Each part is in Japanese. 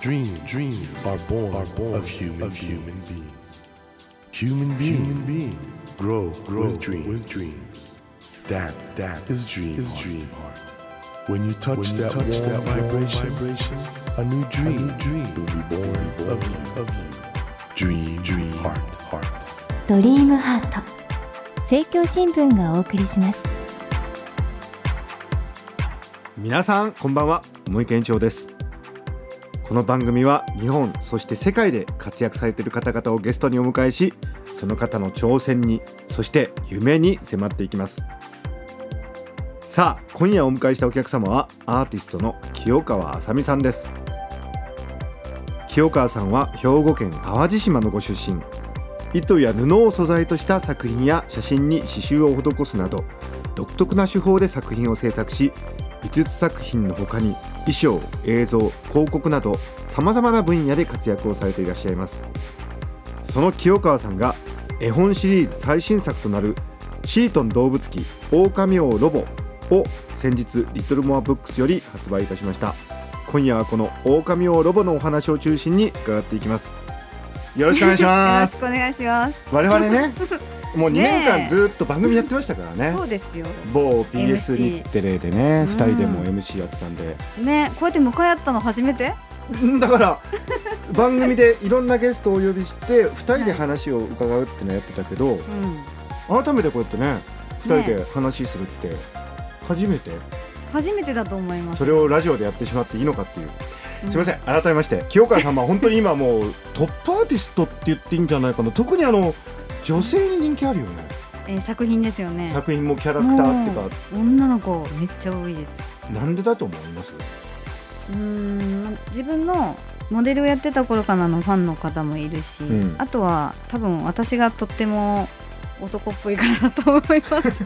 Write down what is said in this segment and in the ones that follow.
Dreams are born of human beings. Human beings grow with dreams. That is dream heart. When you touch that warm vibration, a new dream will be born of you. Dream heart. ドリームハート、政教新聞がお送りします。 皆さんこんばんは、森健一郎です。この番組は日本そして世界で活躍されている方々をゲストにお迎えし、その方の挑戦にそして夢に迫っていきます。さあ今夜お迎えしたお客様はアーティストの清川あさみさんです。清川さんは兵庫県淡路島のご出身。糸や布を素材とした作品や写真に刺繍を施すなど独特な手法で作品を制作し、美術作品の他に衣装、映像、広告などさまざまな分野で活躍をされていらっしゃいます。その清川さんが絵本シリーズ最新作となるシートン動物記狼王ロボを先日リトルモアブックスより発売いたしました。今夜はこの狼王ロボのお話を中心に伺っていきます。よろしくお願いします。 よろしくお願いします。 我々ねもう2年間ずっと番組やってましたからね。 そうですよ。 某 BS 日テレでね、2人でも MC やってたんでね、こうやって向かい合ったの初めてだから番組でいろんなゲストをお呼びして2人で話を伺うってのやってたけど、改めてこうやってね2人で話するって初めてだと思います。 それをラジオでやってしまっていいのかっていう、すみません。改めまして清川さんは本当に今もうトップアーティストって言っていいんじゃないかな。特に女性に人気あるよね。 作品ですよね。 作品もキャラクターっていうか女の子めっちゃ多いです。 なんでだと思います？ 自分のモデルをやってた頃からのファンの方もいるし、あとは多分私がとっても男っぽいからだと思います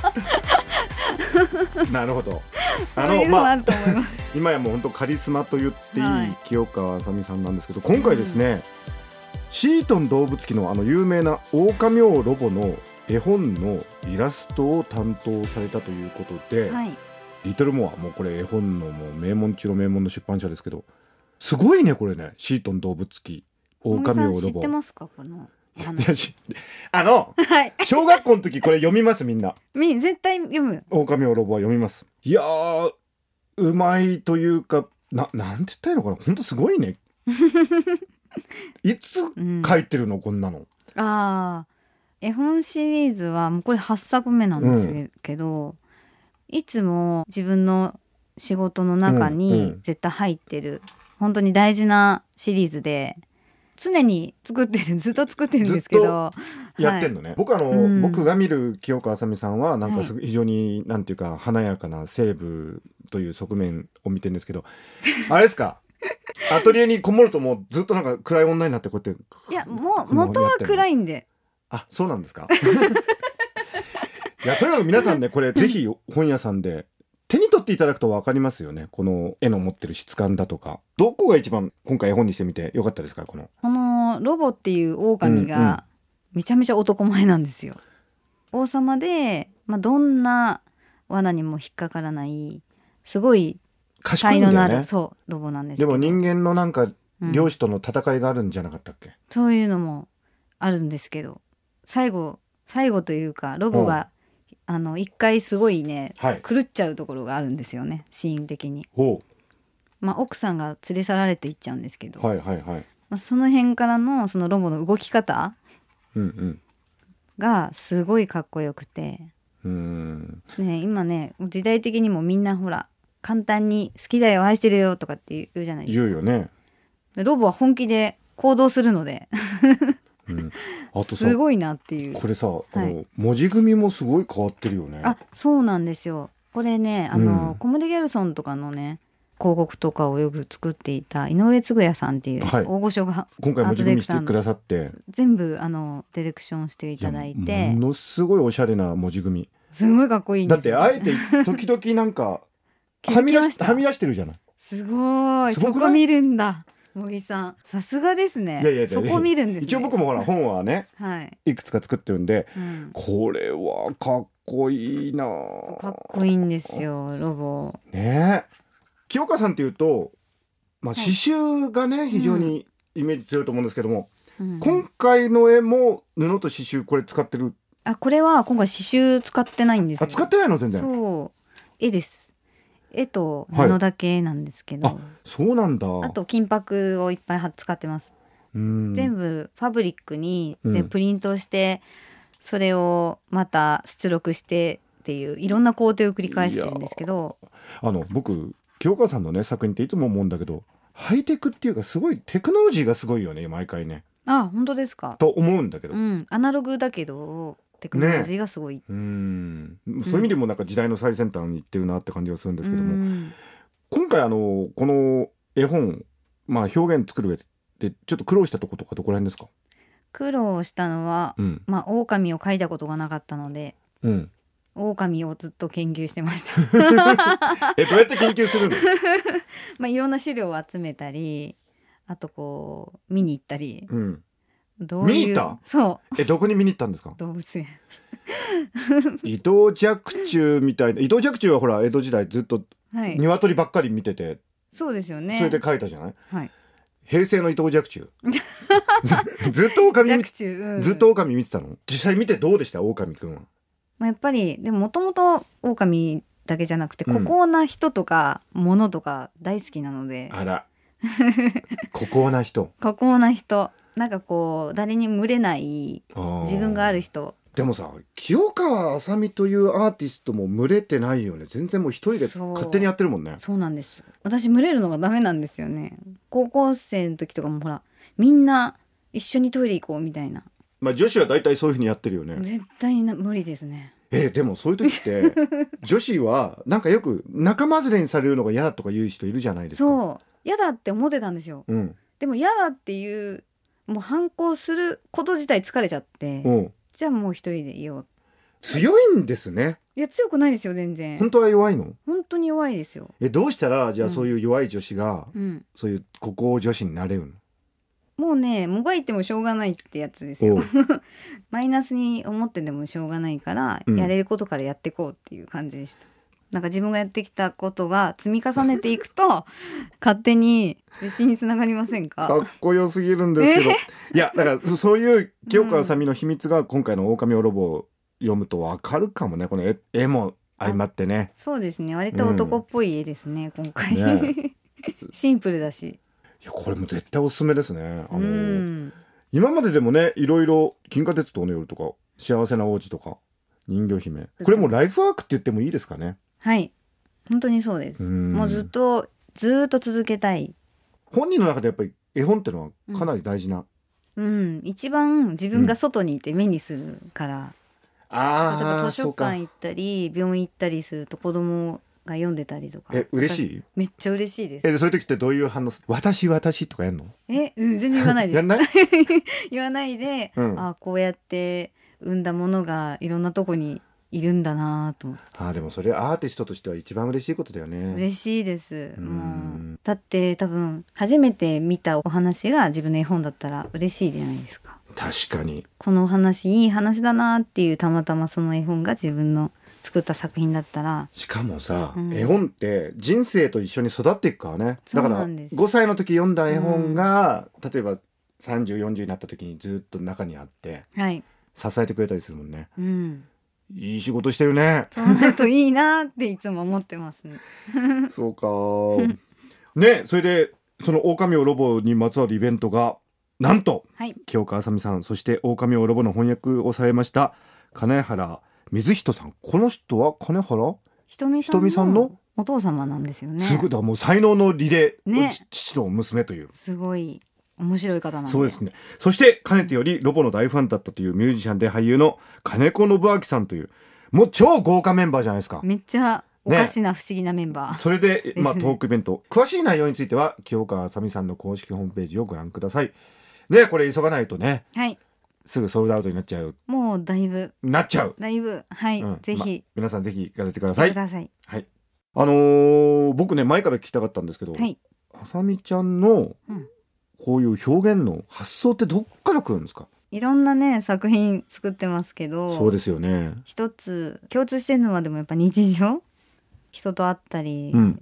なるほど。 そういうのもあると思います。 今やもう本当カリスマと言っていい清川あさみさんなんですけど、今回ですね、シートン動物記の有名な狼王ロボの絵本のイラストを担当されたということで、リトルモアもうこれ絵本のもう名門中の名門の出版社ですけど、すごいねこれね。シートン動物記狼王ロボ知ってますかこの話小学校の時これ読みます。みんな絶対読む。 狼王ロボは読みます。いやーうまいというかなんて言ったらいいのかな。本当すごいねいつ書いてるの、こんなの。 絵本シリーズはもうこれ8作目なんですけど、いつも自分の仕事の中に絶対入ってる、本当に大事なシリーズで常にずっと作ってるんですけどやってんのね。僕が見る清川あさみさんはなんか非常になんていうか華やかなセレブという側面を見てるんですけどあれですかアトリエにこもるともうずっとなんか暗い女になってこうやって。 いやもう元は暗いんで。 そうなんですかいやとにかく皆さんねこれぜひ本屋さんで手に取っていただくと分かりますよね。この絵の持ってる質感だとか。どこが一番今回絵本にしてみてよかったですか？このロボっていう狼がめちゃめちゃ男前なんですよ。王様で、どんな罠にも引っかからないすごい才能のある、そうロボなんですけど、 でも人間のなんか漁師との戦いがあるんじゃなかったっけ？ そういうのもあるんですけど、最後というかロボが一回すごいね、狂っちゃうところがあるんですよね、シーン的に。奥さんが連れ去られていっちゃうんですけど、その辺からのそのロボの動き方がすごいかっこよくて、今ね時代的にもみんなほら簡単に好きだよ愛してるよとかって言うじゃないですか。 言うよね。 ロボは本気で行動するのであとさすごいなっていう。 これさ文字組みもすごい変わってるよね。 そうなんですよ。これねコムデ・ギャルソンとかのね広告とかをよく作っていた井上嗣也さんっていう大御所が、 今回文字組みしてくださって全部ディレクションしていただいて、 ものすごいおしゃれな文字組み、 すごいかっこいいんですよ。 だってあえて時々なんかはみ出してるじゃない。 すごい。そこ見るんだ茂木さん、さすがですね。そこ見るんですね。 一応僕もほら本はね、いくつか作ってるんで、これはかっこいいな。かっこいいんですよロボね。清川さんっていうとまあ、刺繍がね、非常にイメージ強いと思うんですけども、今回の絵も布と刺繍これ使ってる？ これは今回刺繍使ってないんですよ。 使ってないの？全然。 そう、絵です。絵と布だけなんですけど、 そうなんだ。 あと金箔をいっぱい使ってます。全部ファブリックにでプリントして、それをまた出力してっていういろんな工程を繰り返してるんですけど、 僕清川さんのね作品っていつも思うんだけど、ハイテクっていうかすごいテクノロジーがすごいよね、毎回ね。 本当ですか？ と思うんだけど、 アナログだけどテクノロジーがすごい、 そういう意味でもなんか時代の最先端に行ってるなって感じがするんですけども、今回この絵本、表現作る上でちょっと苦労したとことかどこら辺ですか？ 苦労したのは、狼を描いたことがなかったので、狼をずっと研究してましたどうやって研究するの？ いろんな資料を集めたり、あとこう見に行ったり、 見に行った？そう。どこに見に行ったんですか？ 動物園伊藤若冲みたいな。伊藤若冲はほら江戸時代ずっと鶏ばっかり見てて、 そうですよね。 それで描いたじゃない、平成の伊藤若冲ずっと狼見てたの？実際見てどうでした？狼くんは。 やっぱりでももともと狼だけじゃなくて、孤高な人とか物とか大好きなので。 あら孤高な人なんかこう誰に群れない自分がある人。 でもさ、清川あさみというアーティストも群れてないよね。全然もう一人で勝手にやってるもんね。 そうなんです。私群れるのがダメなんですよね。高校生の時とかもほらみんな一緒にトイレ行こうみたいな。 女子は大体そういう風にやってるよね。 絶対無理ですね。 でもそういう時って女子はなんかよく仲間連れにされるのが嫌だとか言う人いるじゃないですか。 そう、嫌だって思ってたんですよ、でも嫌だっていうもう反抗すること自体疲れちゃって、じゃあもう一人でいよう。 強いんですね。 いや強くないですよ全然。 本当は弱いの？ 本当に弱いですよ。 どうしたらじゃあそういう弱い女子が、そういう孤高女子になれるの？ もうね、もがいてもしょうがないってやつですよマイナスに思ってでもしょうがないから、やれることからやっていこうっていう感じでした。なんか自分がやってきたことが積み重ねていくと勝手に自信につながりませんか？ かっこよすぎるんですけど、いやだからそういう清川あさみの秘密が今回の狼をロボを読むとわかるかもね。この 絵も相まってね。そうですね、割と男っぽい絵ですね、今回ねシンプルだし。いやこれも絶対おすすめですね。今まででもね、いろいろ金河鉄道の夜とか幸せな王子とか人魚姫、これもライフワークって言ってもいいですかね？はい、本当にそうです。もうずっと続けたい。本人の中でやっぱり絵本ってのはかなり大事な、一番自分が外にいて目にするから、例えば図書館行ったり病院行ったりすると子供が読んでたりとか。嬉しい？めっちゃ嬉しいです。そういう時ってどういう反応？私とかやんの？全然言わないですやんない言わないで、こうやって生んだものがいろんなとこにいるんだなと思って。でもそれアーティストとしては一番嬉しいことだよね。嬉しいです。もうだって多分初めて見たお話が自分の絵本だったら嬉しいじゃないですか。確かにこのお話いい話だなっていう、たまたまその絵本が自分の作った作品だったら。しかもさ、絵本って人生と一緒に育っていくからね。だから5歳の時読んだ絵本が、例えば30、40になった時にずっと中にあって、支えてくれたりするもんね。いい仕事してるね。そうなるといいなっていつも思ってますねそうかね。それでその狼をロボにまつわるイベントがなんと、清川あさみさん、そして狼をロボの翻訳をされました金原水人さん。この人は金原ひとみさんのお父様なんですよね。すごいだ、もう才能のリレー、父と娘というすごい面白い方なんで。そうですね。そしてかねてよりロボの大ファンだったというミュージシャンで俳優の金子信明さんという、もう超豪華メンバーじゃないですか。めっちゃおかしな不思議なメンバー、それで、トークイベント詳しい内容については清川あさみさんの公式ホームページをご覧ください。でこれ急がないとね、すぐソールドアウトになっちゃう。もうだいぶなっちゃう。だいぶぜひ、皆さんぜひ行かせてください。はい。僕ね前から聞きたかったんですけど、あさみちゃんのこういう表現の発想ってどっから来るんですか？いろんなね作品作ってますけど。そうですよね。一つ共通してるのはでもやっぱ日常、人と会ったり、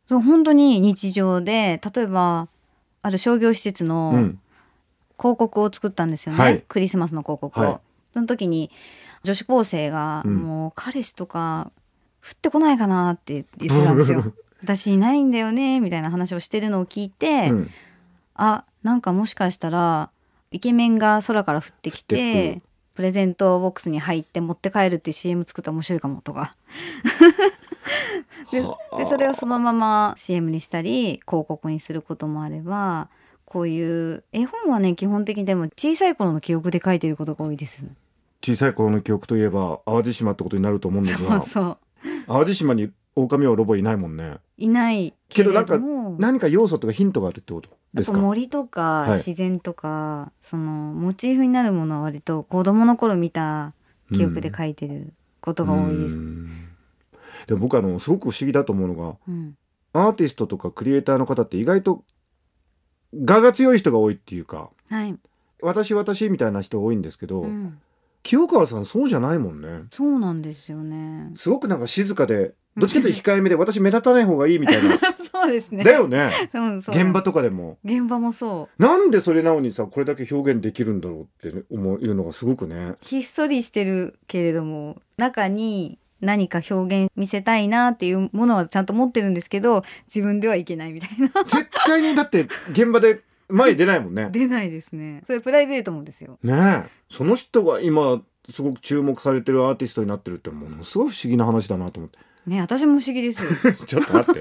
そう本当に日常で、例えばある商業施設の広告を作ったんですよね、はい、クリスマスの広告を、はい、その時に女子高生が、もう彼氏とか降ってこないかなって言ってたんですよ私いないんだよねみたいな話をしてるのを聞いて、あ、なんかもしかしたらイケメンが空から降ってきてプレゼントボックスに入って持って帰るっていう CM 作ったら面白いかもとかでそれをそのまま CM にしたり広告にすることもあれば、こういう絵本はね基本的にでも小さい頃の記憶で書いてることが多いです。 小さい頃の記憶といえば淡路島ってことになると思うんですが、 そう淡路島に狼はロボいないもんね。 いないけれども何か要素とかヒントがあるってことですか。 森とか自然とか、はい、そのモチーフになるものは割と子供の頃見た記憶で書いてることが多いです。 でも僕すごく不思議だと思うのが、アーティストとかクリエイターの方って意外と我が強い人が多いっていうか、 はい、 私みたいな人多いんですけど、清川さんそうじゃないもんね。 そうなんですよね。 すごくなんか静かでどっちかというと控えめで私目立たない方がいいみたいなそうですね。 だよね、 そう現場とかでも。 現場もそう。 なんでそれなのにさこれだけ表現できるんだろうって思うのがすごくね。 ひっそりしてるけれども中に何か表現見せたいなっていうものはちゃんと持ってるんですけど、自分ではいけないみたいな絶対にだって現場で前に出ないもんね出ないですね。それプライベートもですよね。その人が今すごく注目されてるアーティストになってるってものすごい不思議な話だなと思ってね。私も不思議ですよちょっと待って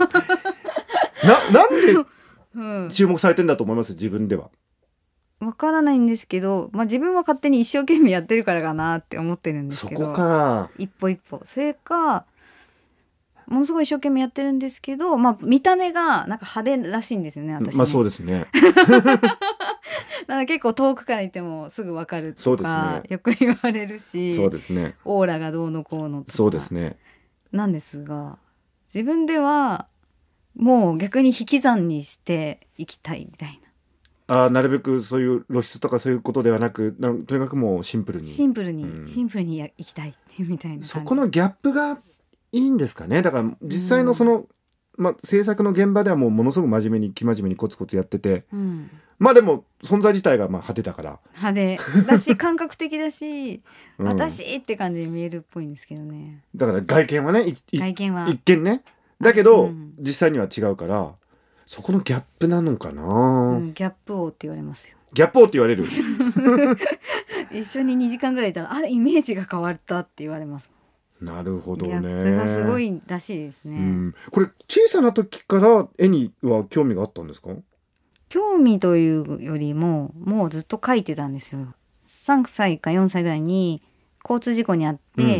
なんで注目されてんだと思います、自分では。 わからないんですけど、自分は勝手に一生懸命やってるからかなって思ってるんですけど、 そこから一歩一歩それかものすごい一生懸命やってるんですけど、見た目がなんか派手らしいんですよね、私ね。 そうですねなんか結構遠くからいてもすぐ分かるとか、 そうですね、 よく言われるし、 そうですね、 オーラがどうのこうのとかそうですねなんですが、自分ではもう逆に引き算にしていきたいみたいな。なるべくそういう露出とかそういうことではなく、とにかくもうシンプルにいきたいっていうみたいな感じ。そこのギャップがいいんですかね。だから実際のその、制作の現場ではもうものすごく真面目に生真面目にコツコツやってて、でも存在自体が派手だから派手だし感覚的だし、私って感じに見えるっぽいんですけどね。 だから外見はね、 外見は一見ねだけど、実際には違うから、そこのギャップなのかな、 ギャップ王って言われますよ。 ギャップ王って言われる一緒に2時間ぐらいいたらイメージが変わったって言われます。 なるほどね。 ギャップがすごいらしいですね。 これ小さな時から絵には興味があったんですか。 興味というよりももうずっと描いてたんですよ。3歳か4歳ぐらいに交通事故にあって、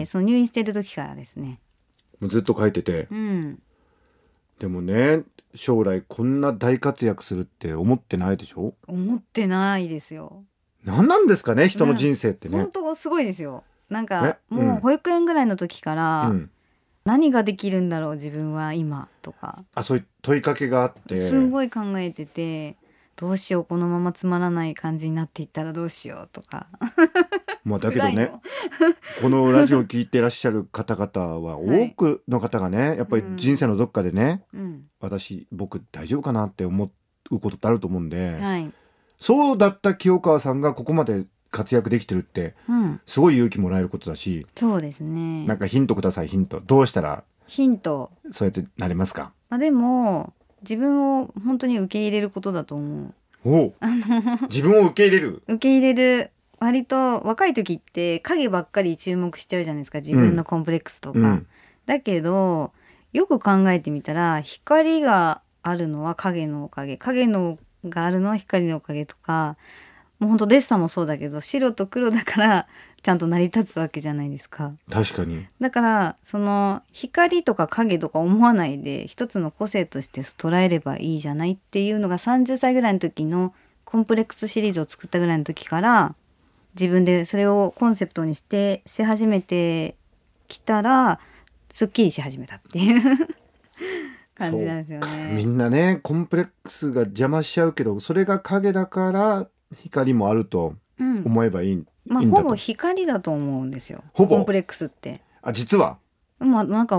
その入院してる時からですね。 ずっと描いてて、でもね、将来こんな大活躍するって思ってないでしょ。思ってないですよ。 何なんですかね、人の人生ってね。 本当すごいですよ。なんかもう保育園ぐらいの時から、何ができるんだろう自分は今とか、 そういう問いかけがあってすごい考えてて、どうしようこのままつまらない感じになっていったらどうしようとかだけどねこのラジオを聞いてらっしゃる方々は多くの方がね、やっぱり人生のどっかでね、僕大丈夫かなって思うことってあると思うんで、そうだった清川さんがここまで活躍できてるって、すごい勇気もらえることだし。 そうですね。 なんかヒントください。ヒントどうしたらそうやってなれますか。 でも自分を本当に受け入れることだと思う。自分を受け入れる。割と若い時って影ばっかり注目しちゃうじゃないですか、自分のコンプレックスとか、だけどよく考えてみたら、光があるのは影のおかげ、影のがあるのは光のおかげとか、もう本当デッサンもそうだけど白と黒だからちゃんと成り立つわけじゃないですか。 確かに。 だからその光とか影とか思わないで一つの個性として捉えればいいじゃないっていうのが30歳ぐらいの時のコンプレックスシリーズを作ったぐらいの時から自分でそれをコンセプトにし始めてきたらすっきりし始めたっていう感じなんですよね。 みんなねコンプレックスが邪魔しちゃうけど、それが影だから光もあると思えばいい、 ほぼ光だと思うんですよ、コンプレックスって。 実はなんか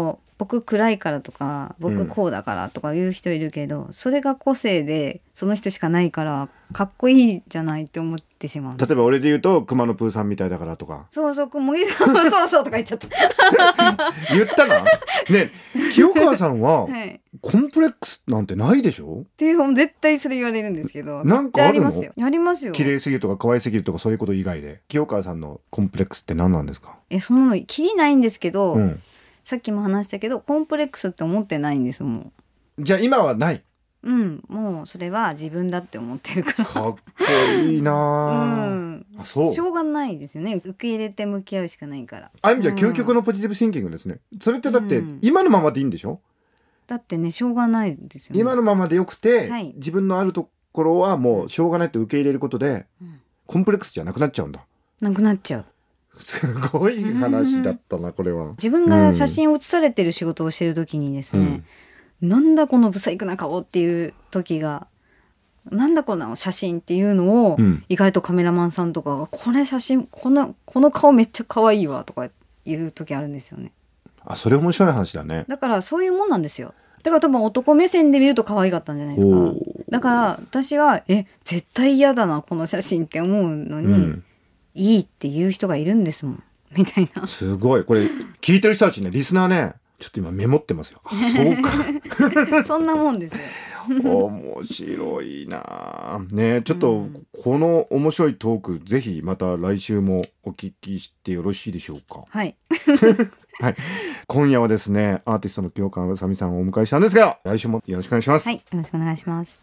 僕暗いからとか僕こうだからとか言う人いるけど、それが個性でその人しかないからかっこいいじゃないって思ってしまう。 例えば俺で言うと熊野プーさんみたいだからとか、 そうそうもぎさんそうそうとか言っちゃった言ったな。ね、清川さんは、 はい、 コンプレックスなんてないでしょって絶対それ言われるんですけど、 なんかあるの？ ありますよ。 綺麗すぎるとか可愛すぎるとかそういうこと以外で清川さんのコンプレックスって何なんですか？ そのきりないんですけど、さっきも話したけどコンプレックスって思ってないんですもん。 じゃあ今はない？ もうそれは自分だって思ってるからかっこいいな、 そうしょうがないですよね。受け入れて向き合うしかないから。 ある意味じゃ究極のポジティブシンキングですね。それってだって今のままでいいんでしょ？ だってね、しょうがないですよね。 今のままでよくて、自分のあるところはもうしょうがないと受け入れることで、コンプレックスじゃなくなっちゃうんだ。 なくなっちゃう。 すごい話だったな、これは。 自分が写真を写されてる仕事をしてる時にですね、なんだこのブサイクな顔っていう時が、なんだこの写真っていうのを、意外とカメラマンさんとかがこれ写真この顔めっちゃ可愛いわとかいう時あるんですよね。 あ、それ面白い話だね。 だからそういうもんなんですよ。だから多分男目線で見ると可愛かったんじゃないですか。だから私は絶対嫌だなこの写真って思うのに、いいっていう人がいるんですもんみたいな。 すごい。これ聞いてる人たちね、リスナーね、ちょっと今メモってますよ。そうかそんなもんですよ。 面白いなね。ちょっとこの面白いトーク、ぜひまた来週もお聞きしてよろしいでしょうか？ はいはい、今夜はですね、アーティストの清川あさみさんをお迎えしたんですが、来週もよろしくお願いします。 はい、よろしくお願いします。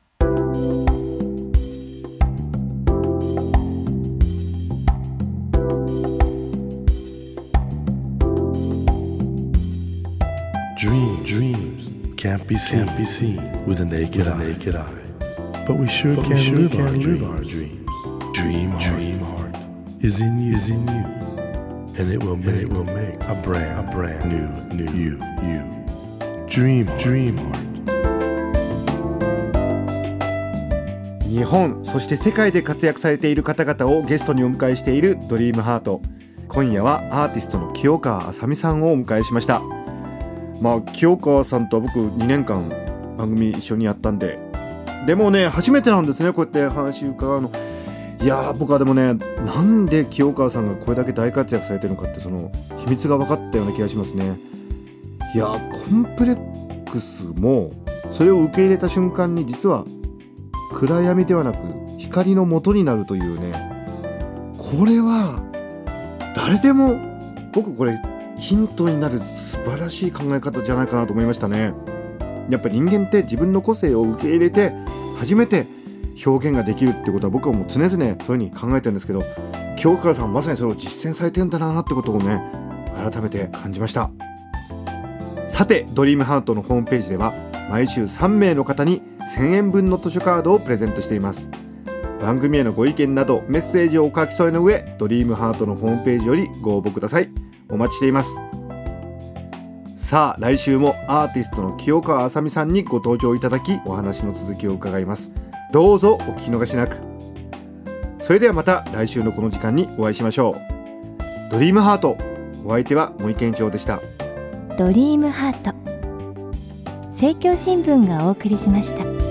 Dreams can't be seen with a naked eye. But we sure can live our dreams. Dream heart is in you. And it will make a brand new you. Dream heart. 日本、そして世界で活躍されている方々をゲストにお迎えしているドリームハート。今夜はアーティストの清川あさみさんをお迎えしました。清川さんとは僕2年間番組一緒にやったんで、でもね初めてなんですね、こうやって話伺うの。いや僕はでもね、なんで清川さんがこれだけ大活躍されてるのかって、その秘密が分かったような気がしますね。いやコンプレックスもそれを受け入れた瞬間に、実は暗闇ではなく光の元になるというね、これは誰でも、僕これヒントになる素晴らしい考え方じゃないかなと思いましたね。やっぱり人間って自分の個性を受け入れて初めて表現ができるってことは、僕はもう常々そういう風に考えてるんですけど、清川さんまさにそれを実践されてるんだなってことをね、改めて感じました。さて、ドリームハートのホームページでは毎週3名の方に1000円分の図書カードをプレゼントしています。番組へのご意見などメッセージをお書き添えの上、ドリームハートのホームページよりご応募ください。お待ちしています。さあ来週もアーティストの清川あさみさんにご登場いただき、お話の続きを伺います。どうぞお聞き逃しなく。それではまた来週のこの時間にお会いしましょう。ドリームハート、お相手は森健一郎でした。 ドリームハート、政教新聞がお送りしました。